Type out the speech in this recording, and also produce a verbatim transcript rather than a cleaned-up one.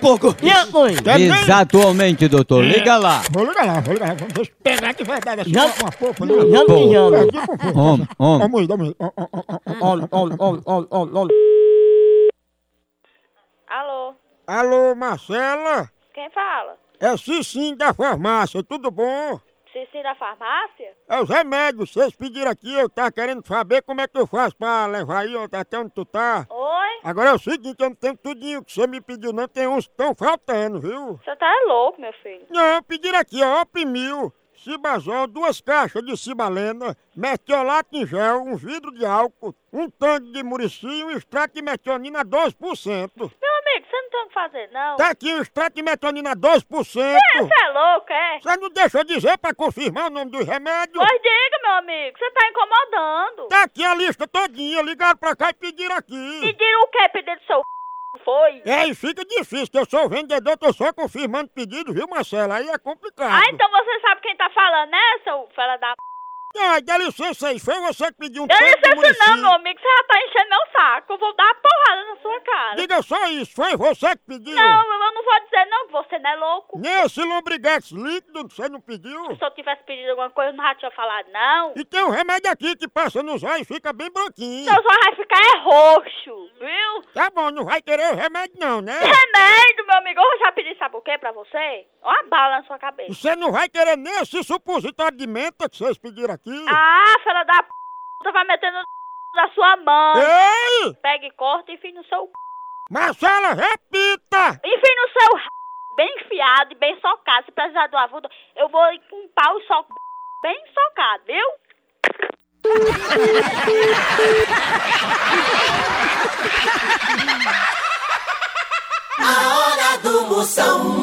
pouco. E a coisa? Exatamente, doutor. Liga lá. Vou ligar lá, vou ligar lá. Deixa eu pegar de verdade assim, Já- uma, uma pouco. Né? Já me chama. É, diga com força. Homem, homem. Vamos aí, vamos aí. Ó, ó, ó, ó, ó. Olha, olha, olha, olha, olha, olha. Alô, Alô, Marcela? quem fala? É Cicinho da farmácia, tudo bom? Cici da farmácia? É os remédios, vocês pediram aqui, eu tava querendo saber como é que eu faço pra levar aí ó, até onde tu tá. Oi? Agora é o seguinte, eu não tenho tudinho que você me pediu não, tem uns que estão faltando, viu? Você tá é louco, meu filho. Não, pediram aqui, ó, Opimil, Cibazol, duas caixas de cibalena, metiolato em gel, um vidro de álcool, um tanque de murici e um extrato de metionina doze por cento. Meu amigo, você não tem o que fazer, não. Tá aqui o extrato de metionina doze por cento. Você é louco, é? Você não deixa eu dizer pra confirmar o nome dos remédios? Pois diga, meu amigo, você tá incomodando. Tá aqui a lista todinha, ligaram pra cá e pediram aqui. Pediram o quê? Pediram do seu c... foi? É, e fica difícil, que eu sou vendedor, tô só confirmando pedido, viu, Marcela? Aí é complicado. Ah, então você sabe quem tá falando, né, seu fela da p... Ai, dá licença aí, foi você que pediu um Dá tanque de licença murici. não, meu amigo, você já tá enchendo meu saco. Eu vou dar uma porrada na sua cara. Diga só isso, foi você que pediu? Não, eu não vou dizer não, que você não é louco. Nesse lombriguex líquido que você não pediu? Se eu tivesse pedido alguma coisa, eu não já tinha falado, não. E tem um remédio aqui que passa nos olhos e fica bem branquinho. Seu zóio vai ficar é roxo, viu? Tá bom, não vai querer o remédio não, né? Remédio, meu amigo. Eu já pedi, sabe o que pra você? Uma bala na sua cabeça. Você não vai querer nem esse supositório de menta que vocês pediram aqui? Ah, fela da p... vai metendo no da sua mãe. Ei! Pega e corta e enfia no seu c... Marcela, repita! Enfia no seu r... bem enfiado e bem socado. Se precisar do avudo, eu vou ir com um pau e soco bem socado, viu? A hora do Moção.